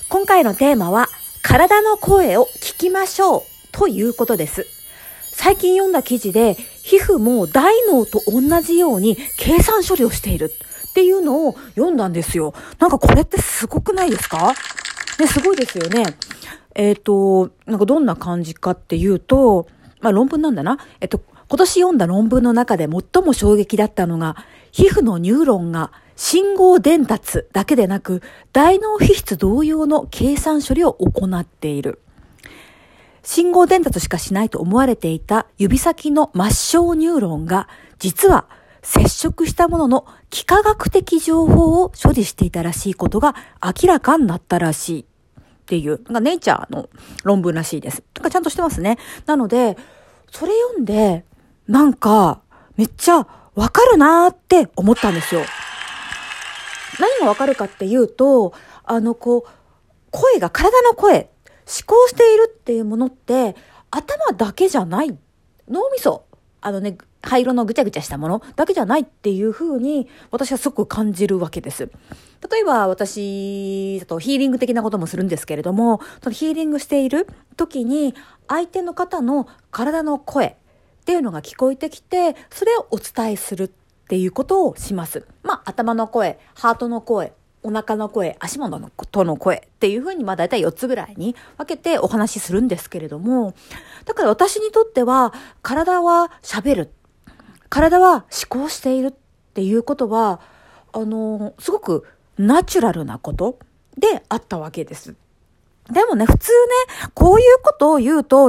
今回のテーマは体の声を聞きましょうということです。最近読んだ記事で皮膚も大脳と同じように計算処理をしているっていうのを読んだんですよ。なんかこれってすごくないですか？ね、すごいですよね。なんかどんな感じかっていうと、論文なんだな。今年読んだ論文の中で最も衝撃だったのが、皮膚のニューロンが信号伝達だけでなく、大脳皮質同様の計算処理を行っている。信号伝達しかしないと思われていた指先の末梢ニューロンが、実は接触したものの幾何学的情報を処理していたらしいことが明らかになったらしいっていう、ネイチャーの論文らしいです。ちゃんとしてますね。なので、それ読んで、なんか、めっちゃわかるなーって思ったんですよ。何がわかるかっていうと、声が、体の声、思考しているっていうものって、頭だけじゃない。脳みそ、灰色のぐちゃぐちゃしたものだけじゃないっていう風に、私はすごく感じるわけです。例えば、私、ヒーリング的なこともするんですけれども、そのヒーリングしている時に、相手の方の体の声、っていうのが聞こえてきて、それをお伝えするっていうことをします。頭の声、ハートの声、お腹の声、足元の声っていうふうにだいたい4つぐらいに分けてお話しするんですけれども、だから私にとっては体は喋る、体は思考しているっていうことは、すごくナチュラルなことであったわけです。でもね、普通ね、こういうことを言うと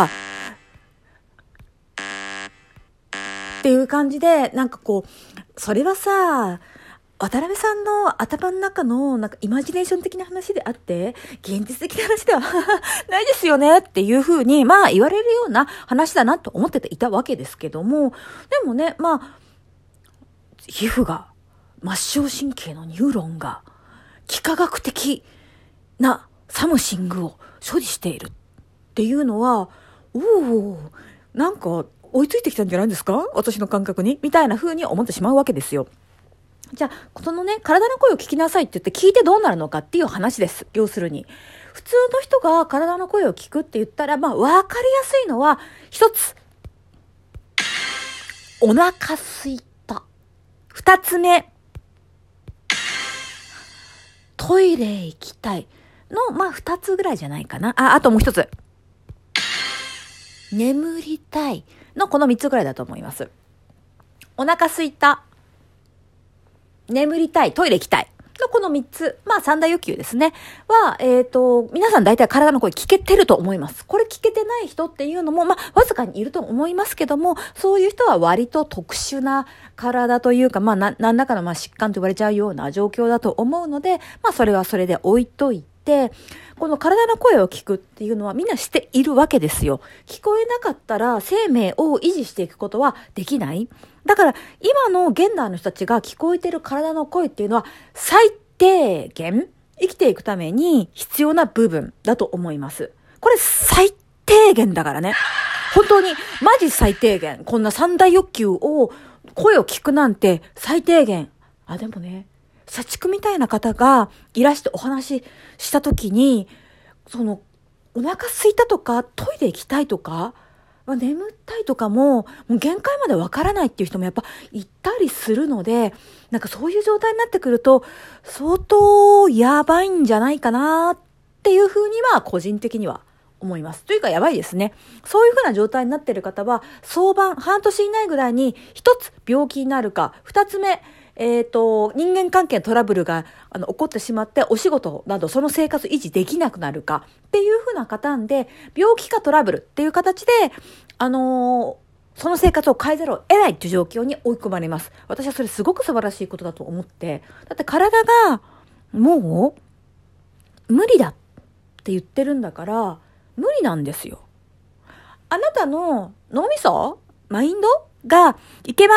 っていう感じで、それはさ、渡辺さんの頭の中のイマジネーション的な話であって、現実的な話ではないですよねっていうふうに、言われるような話だなと思っていたわけですけども、でもね、皮膚が、末梢神経のニューロンが、幾何学的なサムシングを処理しているっていうのは、追いついてきたんじゃないですか？私の感覚に。みたいな風に思ってしまうわけですよ。じゃあ、そのね、体の声を聞きなさいって言って聞いてどうなるのかっていう話です。要するに。普通の人が体の声を聞くって言ったら、わかりやすいのは、一つ。お腹すいた。二つ目。トイレ行きたい。の、二つぐらいじゃないかな。あともう一つ。眠りたい。のこの3つぐらいだと思います。お腹すいた、眠りたい、トイレ行きたいのこの3つ、三大欲求ですねは、皆さん大体体の声聞けてると思います。これ聞けてない人っていうのもわずかにいると思いますけども、そういう人は割と特殊な体というか何らかの疾患と言われちゃうような状況だと思うので、それはそれで置いといて、この体の声を聞くっていうのはみんなしているわけですよ。聞こえなかったら生命を維持していくことはできない。だから今の現代の人たちが聞こえてる体の声っていうのは最低限生きていくために必要な部分だと思います。これ最低限だからね。本当にマジ最低限。こんな三大欲求を声を聞くなんて最低限。でもね、社畜みたいな方がいらしてお話ししたときに、お腹空いたとか、トイレ行きたいとか、眠ったいとかもう限界までわからないっていう人もやっぱいたりするので、そういう状態になってくると、相当やばいんじゃないかなっていうふうには個人的には思います。というかやばいですね。そういうふうな状態になっている方は、早晩半年以内ぐらいに一つ病気になるか、二つ目、人間関係のトラブルが起こってしまってお仕事などその生活維持できなくなるかっていう風なパターンで、病気かトラブルっていう形で、その生活を変えざるを得ないっていう状況に追い込まれます。私はそれすごく素晴らしいことだと思って、だって体がもう無理だって言ってるんだから無理なんですよ。あなたの脳みそ、マインドがいけます。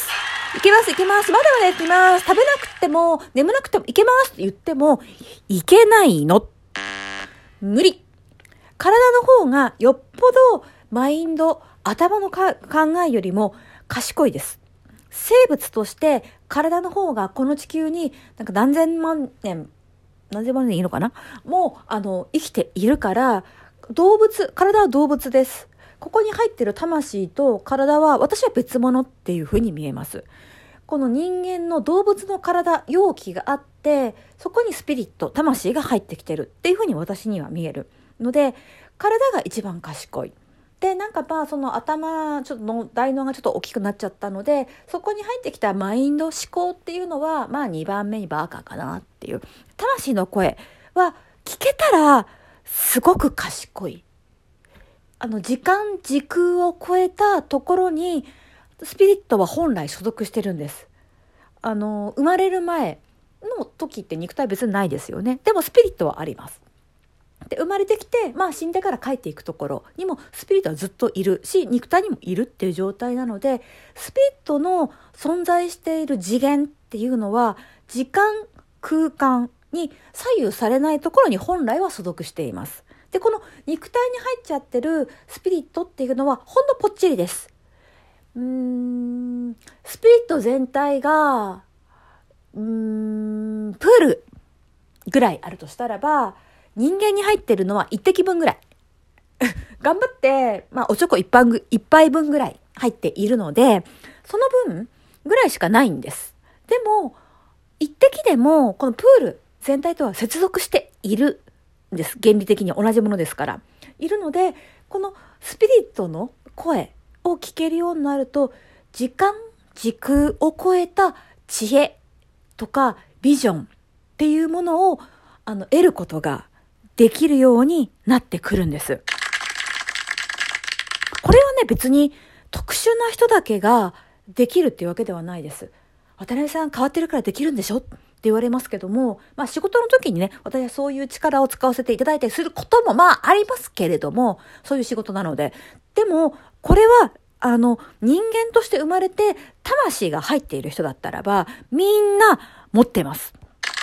いけます、いけます。まだまだやってみます。食べなくても、眠なくてもいけますって言っても、いけないの。無理。体の方がよっぽどマインド、頭の考えよりも賢いです。生物として体の方がこの地球に何千万年何でもでいいのかな、もう生きているから、体は動物です。ここに入ってる魂と体は私は別物っていうふうに見えます。この人間の動物の体、容器があって、そこにスピリット、魂が入ってきてるっていうふうに私には見えるので、体が一番賢い。で、なんかその頭、ちょっとの大脳がちょっと大きくなっちゃったので、そこに入ってきたマインド、思考っていうのは、2番目にバカかなっていう。魂の声は聞けたらすごく賢い。時間、時空を超えたところに、スピリットは本来所属してるんです。生まれる前の時って肉体別にないですよね。でもスピリットはあります。で、生まれてきて、死んでから帰っていくところにもスピリットはずっといるし、肉体にもいるっていう状態なので、スピリットの存在している次元っていうのは、時間、空間に左右されないところに本来は所属しています。で、この肉体に入っちゃってるスピリットっていうのはほんのぽっちりです。スピリット全体がプールぐらいあるとしたらば、人間に入ってるのは一滴分ぐらい頑張って、おちょこ一杯分ぐらい入っているので、その分ぐらいしかないんです。でも一滴でもこのプール全体とは接続しているんです。原理的に同じものですからいるので、このスピリットの声を聞けるようになると、時間、時空を超えた知恵とかビジョンっていうものを得ることができるようになってくるんです。これはね、別に特殊な人だけができるっていうわけではないです。渡辺さん変わってるからできるんでしょって言われますけども、仕事の時にね、私はそういう力を使わせていただいたりすることもありますけれども、そういう仕事なので。でも、これは人間として生まれて魂が入っている人だったらば、みんな持ってます。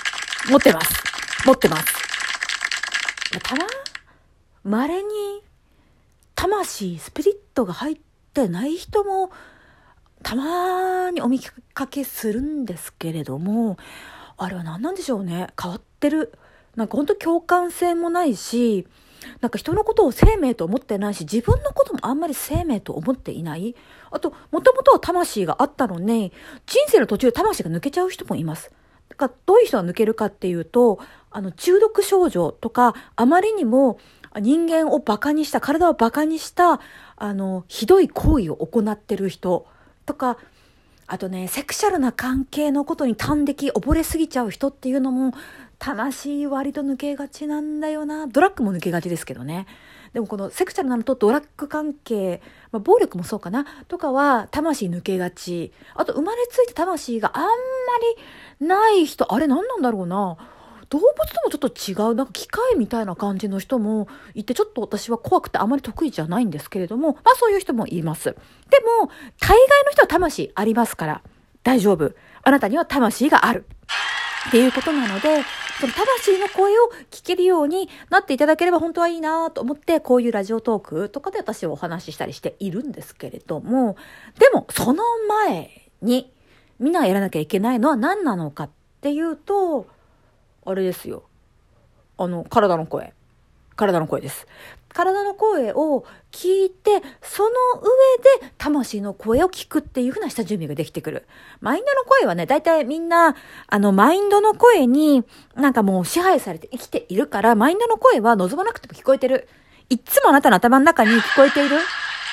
稀に魂、スピリットが入ってない人もたまにお見かけするんですけれども、あれは何なんでしょうね。変わってる。なんか本当共感性もないし、なんか人のことを生命と思ってないし、自分のこともあんまり生命と思っていない。あと、もともとは魂があったのに、人生の途中で魂が抜けちゃう人もいます。だからどういう人が抜けるかっていうと、中毒症状とか、あまりにも人間をバカにした、体をバカにした、ひどい行為を行ってる人とか、あとね、セクシャルな関係のことに溺れすぎちゃう人っていうのも、魂割と抜けがちなんだよな。ドラッグも抜けがちですけどね。でもこのセクシャルなのとドラッグ関係、暴力もそうかなとかは魂抜けがち。あと生まれついて魂があんまりない人、あれ何なんだろうな。動物ともちょっと違う、なんか機械みたいな感じの人もいて、ちょっと私は怖くてあまり得意じゃないんですけれども、そういう人もいます。でも大概の人は魂ありますから大丈夫。あなたには魂があるっていうことなので、その魂の声を聞けるようになっていただければ本当はいいなと思って、こういうラジオトークとかで私はお話ししたりしているんですけれども、でもその前にみんながやらなきゃいけないのは何なのかっていうと、あれですよ。体の声です。体の声を聞いて、その上で魂の声を聞くっていう風な下準備ができてくる。マインドの声はね、だいたいみんな、マインドの声になんかもう支配されて生きているから、マインドの声は望まなくても聞こえてる。いっつもあなたの頭の中に聞こえている。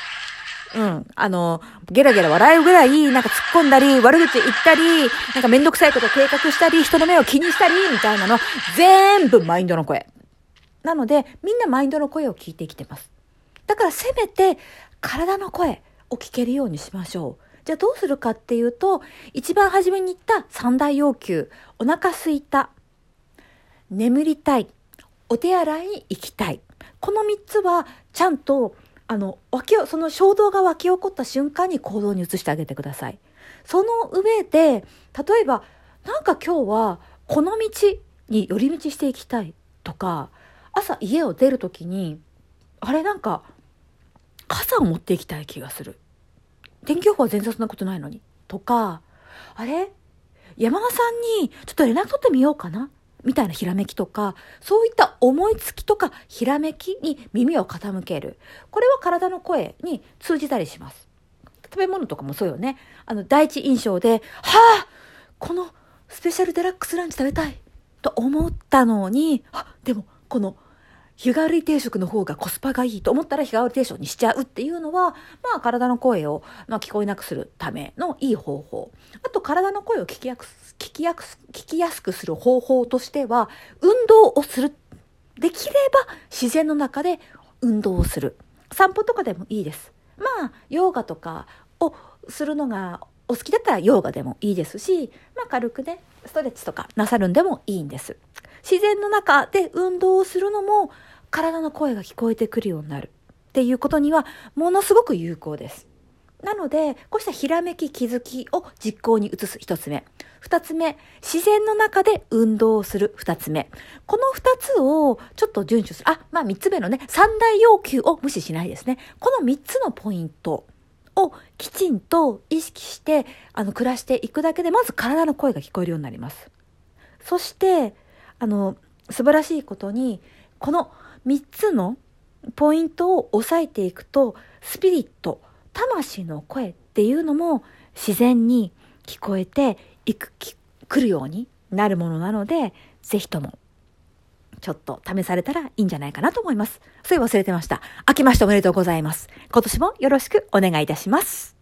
ゲラゲラ笑うぐらい、なんか突っ込んだり、悪口言ったり、なんかめんどくさいこと計画したり、人の目を気にしたり、みたいなの、全部マインドの声。なので、みんなマインドの声を聞いて生きてます。だからせめて、体の声を聞けるようにしましょう。じゃあどうするかっていうと、一番初めに言った三大要求、お腹すいた、眠りたい、お手洗いに行きたい。この3つは、ちゃんと、その衝動が湧き起こった瞬間に行動に移してあげてください。その上で、例えば、なんか今日はこの道に寄り道していきたいとか、朝家を出るときに、なんか傘を持っていきたい気がする。天気予報は全然そんなことないのに。とか、山田さんにちょっと連絡取ってみようかな。 みたいなひらめきとか、そういった思いつきとかひらめきに耳を傾ける。これは体の声に通じたりします。食べ物とかもそうよね。第一印象で、このスペシャルデラックスランチ食べたいと思ったのに、でもこの日替わり定食の方がコスパがいいと思ったら日替わり定食にしちゃうっていうのは、体の声を、聞こえなくするためのいい方法。あと体の声を聞きやすくする方法としては、運動をする。できれば自然の中で運動をする。散歩とかでもいいです。ヨーガとかをするのがお好きだったらヨーガでもいいですし、軽くね、ストレッチとかなさるんでもいいんです。自然の中で運動をするのも体の声が聞こえてくるようになるっていうことにはものすごく有効です。なので、こうしたひらめき気づきを実行に移す一つ目。二つ目、自然の中で運動をする二つ目。この二つをちょっと遵守する。三つ目のね、三大要求を無視しないですね。この三つのポイントをきちんと意識して暮らしていくだけで、まず体の声が聞こえるようになります。そして素晴らしいことに、この3つのポイントを押さえていくと、スピリット、魂の声っていうのも自然に聞こえてくるようになるものなので、ぜひともちょっと試されたらいいんじゃないかなと思います。それ忘れてました。明けましておめでとうございます。今年もよろしくお願いいたします。